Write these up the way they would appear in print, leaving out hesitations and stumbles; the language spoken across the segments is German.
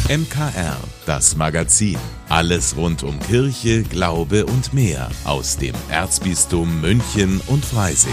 MKR, das Magazin. Alles rund um Kirche, Glaube und mehr aus dem Erzbistum München und Freising.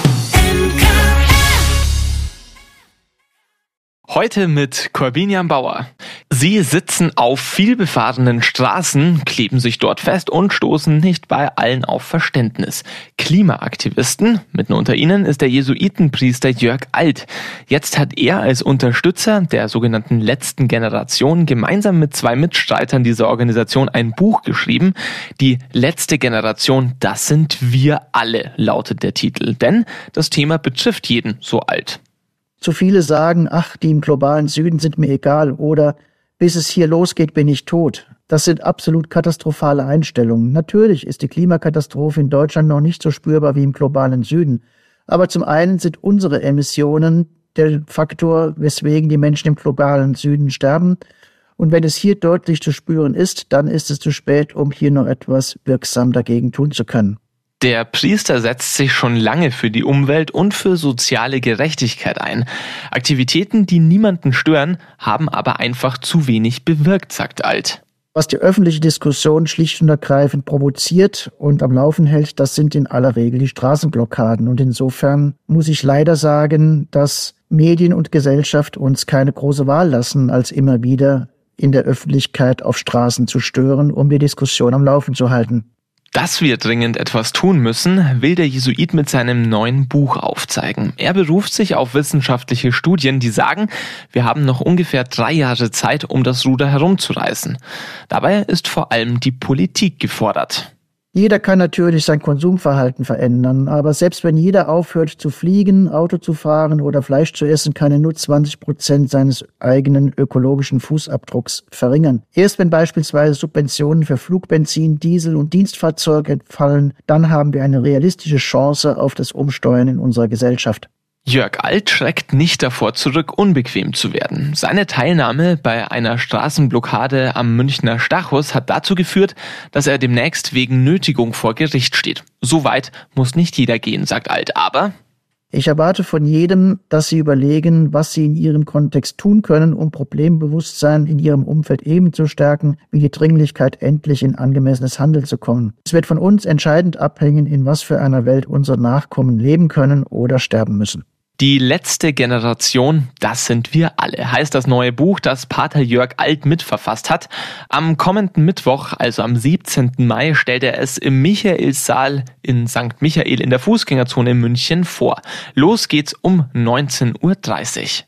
Heute mit Corbinian Bauer. Sie sitzen auf vielbefahrenen Straßen, kleben sich dort fest und stoßen nicht bei allen auf Verständnis. Klimaaktivisten, mitten unter ihnen ist der Jesuitenpriester Jörg Alt. Jetzt hat er als Unterstützer der sogenannten letzten Generation gemeinsam mit 2 Mitstreitern dieser Organisation ein Buch geschrieben. Die letzte Generation, das sind wir alle, lautet der Titel. Denn das Thema betrifft jeden, so Alt. Zu viele sagen, ach, die im globalen Süden sind mir egal oder bis es hier losgeht, bin ich tot. Das sind absolut katastrophale Einstellungen. Natürlich ist die Klimakatastrophe in Deutschland noch nicht so spürbar wie im globalen Süden. Aber zum einen sind unsere Emissionen der Faktor, weswegen die Menschen im globalen Süden sterben. Und wenn es hier deutlich zu spüren ist, dann ist es zu spät, um hier noch etwas wirksam dagegen tun zu können. Der Priester setzt sich schon lange für die Umwelt und für soziale Gerechtigkeit ein. Aktivitäten, die niemanden stören, haben aber einfach zu wenig bewirkt, sagt Alt. Was die öffentliche Diskussion schlicht und ergreifend provoziert und am Laufen hält, das sind in aller Regel die Straßenblockaden. Und insofern muss ich leider sagen, dass Medien und Gesellschaft uns keine große Wahl lassen, als immer wieder in der Öffentlichkeit auf Straßen zu stören, um die Diskussion am Laufen zu halten. Dass wir dringend etwas tun müssen, will der Jesuit mit seinem neuen Buch aufzeigen. Er beruft sich auf wissenschaftliche Studien, die sagen, wir haben noch ungefähr 3 Jahre Zeit, um das Ruder herumzureißen. Dabei ist vor allem die Politik gefordert. Jeder kann natürlich sein Konsumverhalten verändern, aber selbst wenn jeder aufhört zu fliegen, Auto zu fahren oder Fleisch zu essen, kann er nur 20% seines eigenen ökologischen Fußabdrucks verringern. Erst wenn beispielsweise Subventionen für Flugbenzin, Diesel und Dienstfahrzeuge entfallen, dann haben wir eine realistische Chance auf das Umsteuern in unserer Gesellschaft. Jörg Alt schreckt nicht davor zurück, unbequem zu werden. Seine Teilnahme bei einer Straßenblockade am Münchner Stachus hat dazu geführt, dass er demnächst wegen Nötigung vor Gericht steht. So weit muss nicht jeder gehen, sagt Alt, aber ich erwarte von jedem, dass sie überlegen, was sie in ihrem Kontext tun können, um Problembewusstsein in ihrem Umfeld eben zu stärken, wie die Dringlichkeit, endlich in angemessenes Handeln zu kommen. Es wird von uns entscheidend abhängen, in was für einer Welt unsere Nachkommen leben können oder sterben müssen. Die letzte Generation, das sind wir alle, heißt das neue Buch, das Pater Jörg Alt mitverfasst hat. Am kommenden Mittwoch, also am 17. Mai, stellt er es im Michaelssaal in St. Michael in der Fußgängerzone in München vor. Los geht's um 19:30 Uhr.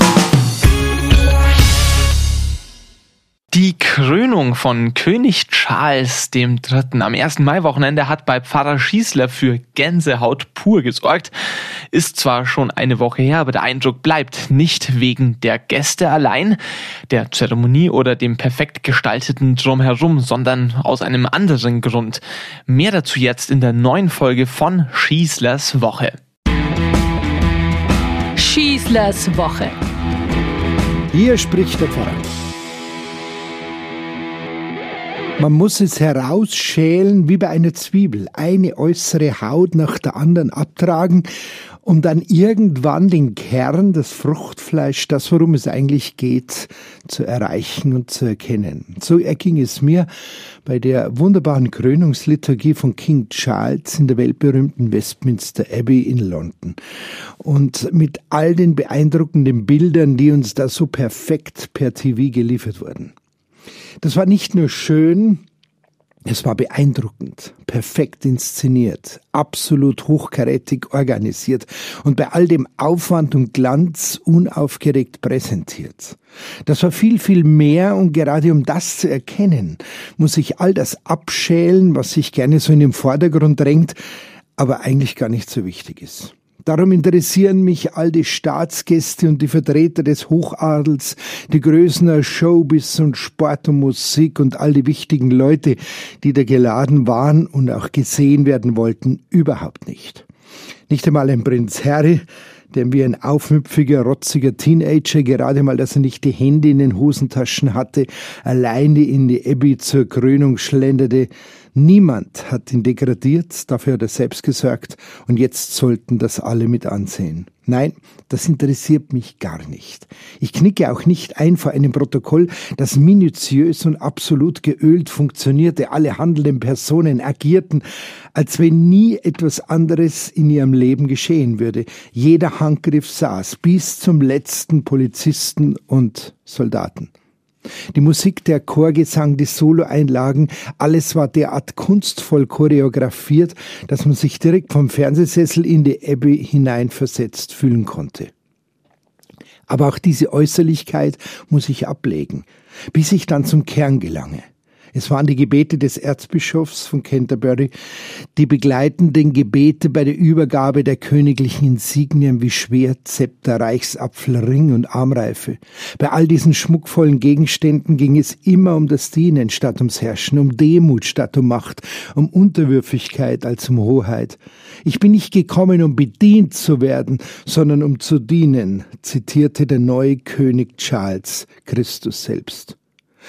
Die Krönung von König Charles III. Am 1. Mai-Wochenende hat bei Pfarrer Schießler für Gänsehaut pur gesorgt. Ist zwar schon eine Woche her, aber der Eindruck bleibt nicht wegen der Gäste allein, der Zeremonie oder dem perfekt gestalteten Drumherum, sondern aus einem anderen Grund. Mehr dazu jetzt in der neuen Folge von Schießlers Woche. Schießlers Woche. Hier spricht der Pfarrer. Man muss es herausschälen wie bei einer Zwiebel, eine äußere Haut nach der anderen abtragen, um dann irgendwann den Kern, das Fruchtfleisch, das, worum es eigentlich geht, zu erreichen und zu erkennen. So erging es mir bei der wunderbaren Krönungsliturgie von King Charles in der weltberühmten Westminster Abbey in London. Und mit all den beeindruckenden Bildern, die uns da so perfekt per TV geliefert wurden. Das war nicht nur schön, es war beeindruckend, perfekt inszeniert, absolut hochkarätig organisiert und bei all dem Aufwand und Glanz unaufgeregt präsentiert. Das war viel, viel mehr und gerade um das zu erkennen, muss ich all das abschälen, was sich gerne so in den Vordergrund drängt, aber eigentlich gar nicht so wichtig ist. Darum interessieren mich all die Staatsgäste und die Vertreter des Hochadels, die Größen aus Showbiz und Sport und Musik und all die wichtigen Leute, die da geladen waren und auch gesehen werden wollten, überhaupt nicht. Nicht einmal ein Prinz Harry, der wie ein aufmüpfiger, rotziger Teenager, gerade mal, dass er nicht die Hände in den Hosentaschen hatte, alleine in die Abbey zur Krönung schlenderte. Niemand hat ihn degradiert, dafür hat er selbst gesorgt und jetzt sollten das alle mit ansehen. Nein, das interessiert mich gar nicht. Ich knicke auch nicht ein vor einem Protokoll, das minutiös und absolut geölt funktionierte. Alle handelnden Personen agierten, als wenn nie etwas anderes in ihrem Leben geschehen würde. Jeder Handgriff saß, bis zum letzten Polizisten und Soldaten. Die Musik, der Chorgesang, die Soloeinlagen, alles war derart kunstvoll choreografiert, dass man sich direkt vom Fernsehsessel in die Ebbe hineinversetzt fühlen konnte. Aber auch diese Äußerlichkeit muss ich ablegen, bis ich dann zum Kern gelange. Es waren die Gebete des Erzbischofs von Canterbury, die begleitenden Gebete bei der Übergabe der königlichen Insignien wie Schwert, Zepter, Reichsapfel, Ring und Armreife. Bei all diesen schmuckvollen Gegenständen ging es immer um das Dienen statt ums Herrschen, um Demut statt um Macht, um Unterwürfigkeit als um Hoheit. Ich bin nicht gekommen, um bedient zu werden, sondern um zu dienen, zitierte der neue König Charles, Christus selbst.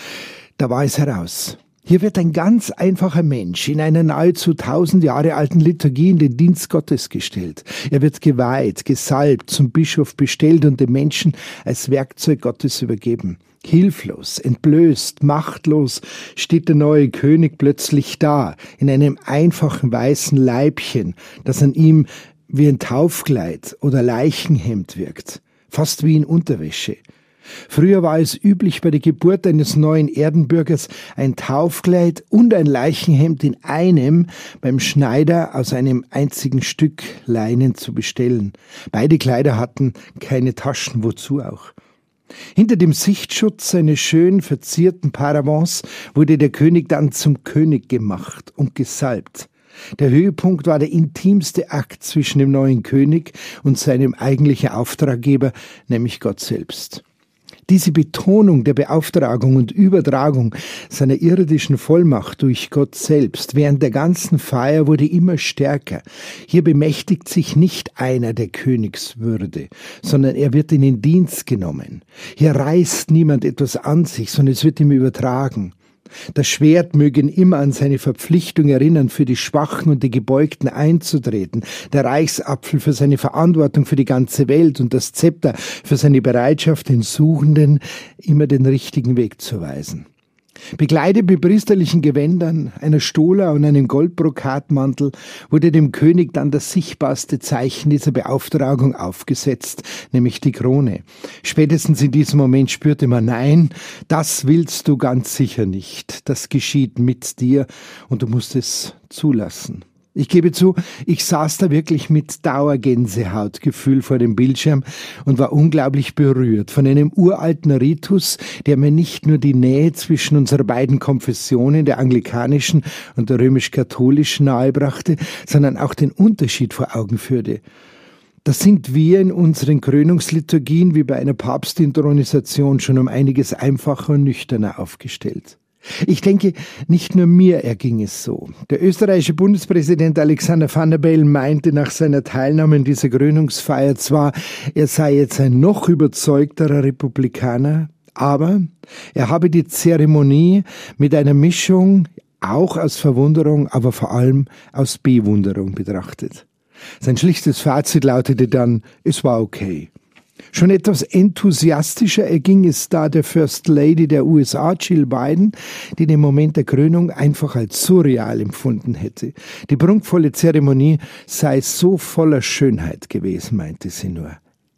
Da war es heraus. Hier wird ein ganz einfacher Mensch in einer nahezu 1000 Jahre alten Liturgie in den Dienst Gottes gestellt. Er wird geweiht, gesalbt, zum Bischof bestellt und dem Menschen als Werkzeug Gottes übergeben. Hilflos, entblößt, machtlos steht der neue König plötzlich da, in einem einfachen weißen Leibchen, das an ihm wie ein Taufkleid oder Leichenhemd wirkt, fast wie in Unterwäsche. Früher war es üblich, bei der Geburt eines neuen Erdenbürgers ein Taufkleid und ein Leichenhemd in einem beim Schneider aus einem einzigen Stück Leinen zu bestellen. Beide Kleider hatten keine Taschen, wozu auch. Hinter dem Sichtschutz eines schön verzierten Paravents wurde der König dann zum König gemacht und gesalbt. Der Höhepunkt war der intimste Akt zwischen dem neuen König und seinem eigentlichen Auftraggeber, nämlich Gott selbst. Diese Betonung der Beauftragung und Übertragung seiner irdischen Vollmacht durch Gott selbst während der ganzen Feier wurde immer stärker. Hier bemächtigt sich nicht einer der Königswürde, sondern er wird in den Dienst genommen. Hier reißt niemand etwas an sich, sondern es wird ihm übertragen. Das Schwert möge ihn immer an seine Verpflichtung erinnern, für die Schwachen und die Gebeugten einzutreten, der Reichsapfel für seine Verantwortung für die ganze Welt und das Zepter für seine Bereitschaft, den Suchenden immer den richtigen Weg zu weisen. Begleitet mit priesterlichen Gewändern, einer Stola und einem Goldbrokatmantel wurde dem König dann das sichtbarste Zeichen dieser Beauftragung aufgesetzt, nämlich die Krone. Spätestens in diesem Moment spürte man, nein, das willst du ganz sicher nicht. Das geschieht mit dir und du musst es zulassen. Ich gebe zu, ich saß da wirklich mit Dauergänsehautgefühl vor dem Bildschirm und war unglaublich berührt von einem uralten Ritus, der mir nicht nur die Nähe zwischen unseren beiden Konfessionen, der anglikanischen und der römisch-katholischen, nahebrachte, sondern auch den Unterschied vor Augen führte. Das sind wir in unseren Krönungsliturgien wie bei einer Papstinthronisation schon um einiges einfacher und nüchterner aufgestellt. Ich denke, nicht nur mir erging es so. Der österreichische Bundespräsident Alexander Van der Bellen meinte nach seiner Teilnahme in dieser Krönungsfeier zwar, er sei jetzt ein noch überzeugterer Republikaner, aber er habe die Zeremonie mit einer Mischung auch aus Verwunderung, aber vor allem aus Bewunderung betrachtet. Sein schlichtes Fazit lautete dann, es war okay. Schon etwas enthusiastischer erging es da der First Lady der USA, Jill Biden, die den Moment der Krönung einfach als surreal empfunden hätte. Die prunkvolle Zeremonie sei so voller Schönheit gewesen, meinte sie nur.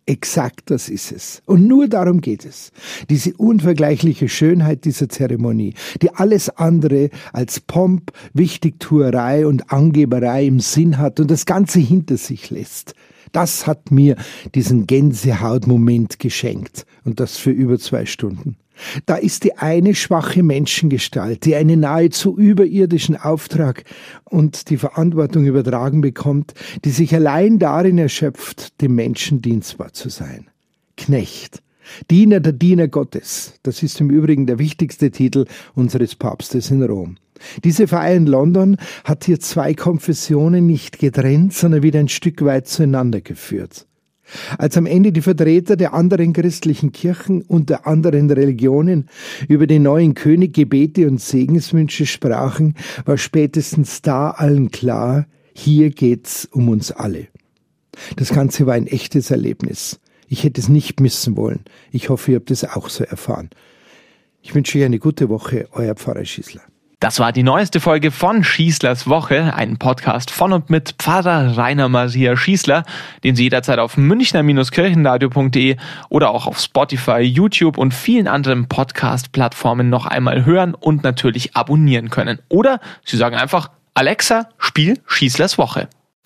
Exakt das ist es. Und nur darum geht es. Diese unvergleichliche Schönheit dieser Zeremonie, die alles andere als Pomp, Wichtigtuerei und Angeberei im Sinn hat und das Ganze hinter sich lässt. Das hat mir diesen Gänsehautmoment geschenkt und das für über 2 Stunden. Da ist die eine schwache Menschengestalt, die einen nahezu überirdischen Auftrag und die Verantwortung übertragen bekommt, die sich allein darin erschöpft, dem Menschen dienstbar zu sein. Knecht, Diener der Diener Gottes, das ist im Übrigen der wichtigste Titel unseres Papstes in Rom. Diese Feier in London hat hier 2 Konfessionen nicht getrennt, sondern wieder ein Stück weit zueinander geführt. Als am Ende die Vertreter der anderen christlichen Kirchen und der anderen Religionen über den neuen König Gebete und Segenswünsche sprachen, war spätestens da allen klar, hier geht's um uns alle. Das Ganze war ein echtes Erlebnis. Ich hätte es nicht missen wollen. Ich hoffe, ihr habt es auch so erfahren. Ich wünsche euch eine gute Woche, euer Pfarrer Schießler. Das war die neueste Folge von Schießlers Woche, ein Podcast von und mit Pfarrer Rainer Maria Schießler, den Sie jederzeit auf münchner-kirchenradio.de oder auch auf Spotify, YouTube und vielen anderen Podcast-Plattformen noch einmal hören und natürlich abonnieren können. Oder Sie sagen einfach, Alexa, spiel Schießlers Woche.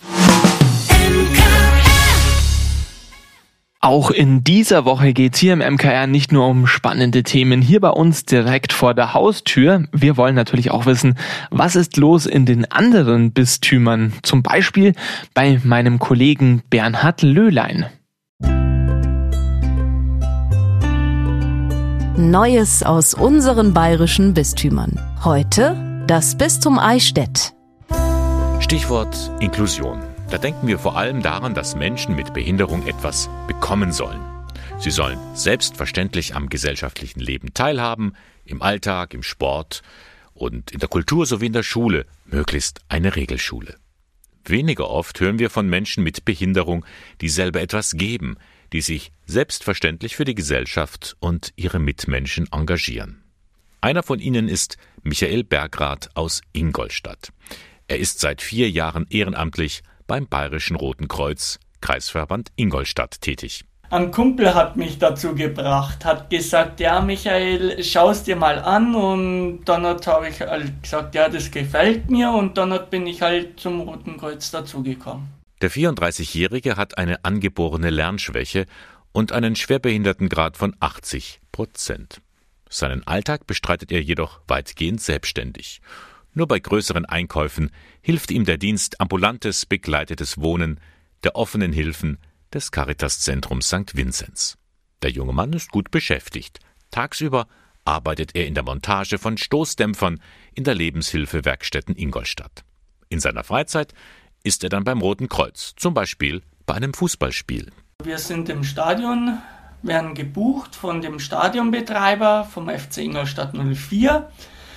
Auch in dieser Woche geht's hier im MKR nicht nur um spannende Themen hier bei uns direkt vor der Haustür. Wir wollen natürlich auch wissen, was ist los in den anderen Bistümern. Zum Beispiel bei meinem Kollegen Bernhard Löhlein. Neues aus unseren bayerischen Bistümern. Heute das Bistum Eichstätt. Stichwort Inklusion. Da denken wir vor allem daran, dass Menschen mit Behinderung etwas bekommen sollen. Sie sollen selbstverständlich am gesellschaftlichen Leben teilhaben, im Alltag, im Sport und in der Kultur sowie in der Schule, möglichst eine Regelschule. Weniger oft hören wir von Menschen mit Behinderung, die selber etwas geben, die sich selbstverständlich für die Gesellschaft und ihre Mitmenschen engagieren. Einer von ihnen ist Michael Bergrath aus Ingolstadt. Er ist seit 4 Jahren ehrenamtlich beim Bayerischen Roten Kreuz, Kreisverband Ingolstadt, tätig. Ein Kumpel hat mich dazu gebracht, hat gesagt, ja Michael, schau es dir mal an, und dann habe ich halt gesagt, ja, das gefällt mir, und dann bin ich halt zum Roten Kreuz dazugekommen. Der 34-Jährige hat eine angeborene Lernschwäche und einen Schwerbehindertengrad von 80%. Seinen Alltag bestreitet er jedoch weitgehend selbstständig. Nur bei größeren Einkäufen hilft ihm der Dienst ambulantes, begleitetes Wohnen der offenen Hilfen des Caritaszentrums St. Vinzenz. Der junge Mann ist gut beschäftigt. Tagsüber arbeitet er in der Montage von Stoßdämpfern in der Lebenshilfe-Werkstätten Ingolstadt. In seiner Freizeit ist er dann beim Roten Kreuz, zum Beispiel bei einem Fußballspiel. Wir sind im Stadion, werden gebucht von dem Stadionbetreiber, vom FC Ingolstadt 04.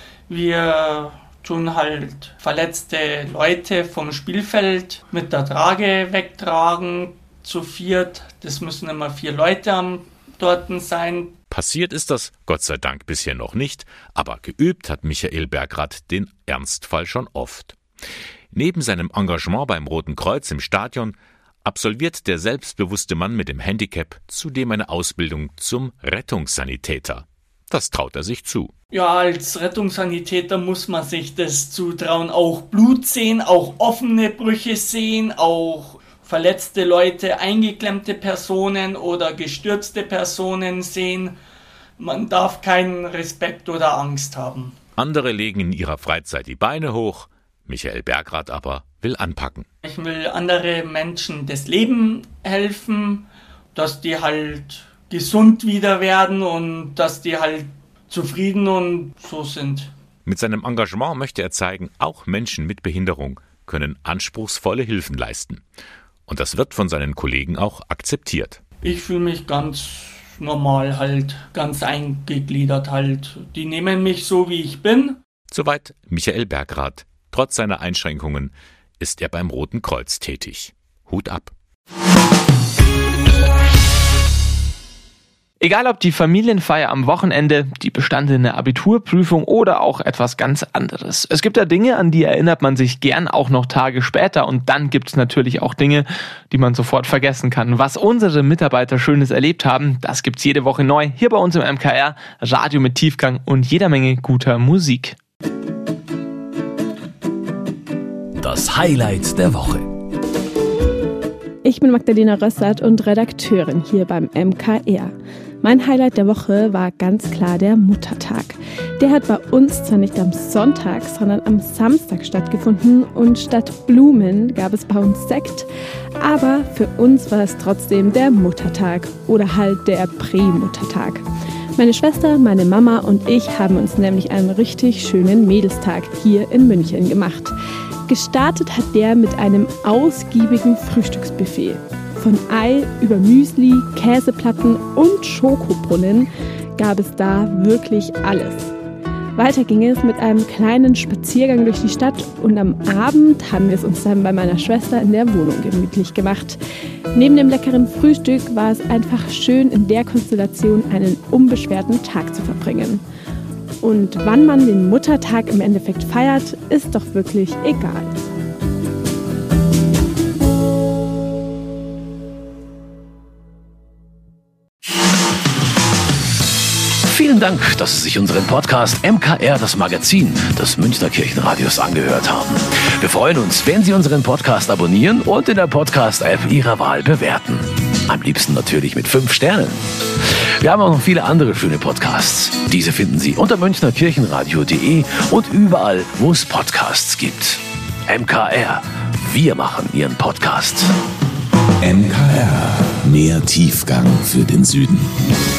Wir tun halt verletzte Leute vom Spielfeld mit der Trage wegtragen, zu 4. Das müssen immer 4 Leute dort sein. Passiert ist das Gott sei Dank bisher noch nicht, aber geübt hat Michael Bergrath den Ernstfall schon oft. Neben seinem Engagement beim Roten Kreuz im Stadion absolviert der selbstbewusste Mann mit dem Handicap zudem eine Ausbildung zum Rettungssanitäter. Das traut er sich zu. Ja, als Rettungssanitäter muss man sich das zutrauen. Auch Blut sehen, auch offene Brüche sehen, auch verletzte Leute, eingeklemmte Personen oder gestürzte Personen sehen. Man darf keinen Respekt oder Angst haben. Andere legen in ihrer Freizeit die Beine hoch. Michael Bergrath aber will anpacken. Ich will andere Menschen das Leben helfen, dass die halt gesund wieder werden und dass die halt zufrieden und so sind. Mit seinem Engagement möchte er zeigen, auch Menschen mit Behinderung können anspruchsvolle Hilfen leisten. Und das wird von seinen Kollegen auch akzeptiert. Ich fühle mich ganz normal halt, ganz eingegliedert halt. Die nehmen mich so, wie ich bin. Soweit Michael Bergrath. Trotz seiner Einschränkungen ist er beim Roten Kreuz tätig. Hut ab. Egal ob die Familienfeier am Wochenende, die bestandene Abiturprüfung oder auch etwas ganz anderes. Es gibt da Dinge, an die erinnert man sich gern auch noch Tage später, und dann gibt es natürlich auch Dinge, die man sofort vergessen kann. Was unsere Mitarbeiter Schönes erlebt haben, das gibt's jede Woche neu hier bei uns im MKR, Radio mit Tiefgang und jeder Menge guter Musik. Das Highlight der Woche. Ich bin Magdalena Rössert und Redakteurin hier beim MKR. Mein Highlight der Woche war ganz klar der Muttertag. Der hat bei uns zwar nicht am Sonntag, sondern am Samstag stattgefunden, und statt Blumen gab es bei uns Sekt. Aber für uns war es trotzdem der Muttertag oder halt der Prämuttertag. Meine Schwester, meine Mama und ich haben uns nämlich einen richtig schönen Mädelstag hier in München gemacht. Gestartet hat der mit einem ausgiebigen Frühstücksbuffet. Von Ei über Müsli, Käseplatten und Schokobrunnen gab es da wirklich alles. Weiter ging es mit einem kleinen Spaziergang durch die Stadt und am Abend haben wir es uns dann bei meiner Schwester in der Wohnung gemütlich gemacht. Neben dem leckeren Frühstück war es einfach schön, in der Konstellation einen unbeschwerten Tag zu verbringen. Und wann man den Muttertag im Endeffekt feiert, ist doch wirklich egal. Vielen Dank, dass Sie sich unseren Podcast MKR, das Magazin des Münchner Kirchenradios, angehört haben. Wir freuen uns, wenn Sie unseren Podcast abonnieren und in der Podcast-App Ihrer Wahl bewerten. Am liebsten natürlich mit 5 Sternen. Wir haben auch noch viele andere schöne Podcasts. Diese finden Sie unter münchnerkirchenradio.de und überall, wo es Podcasts gibt. MKR, wir machen Ihren Podcast. MKR, mehr Tiefgang für den Süden.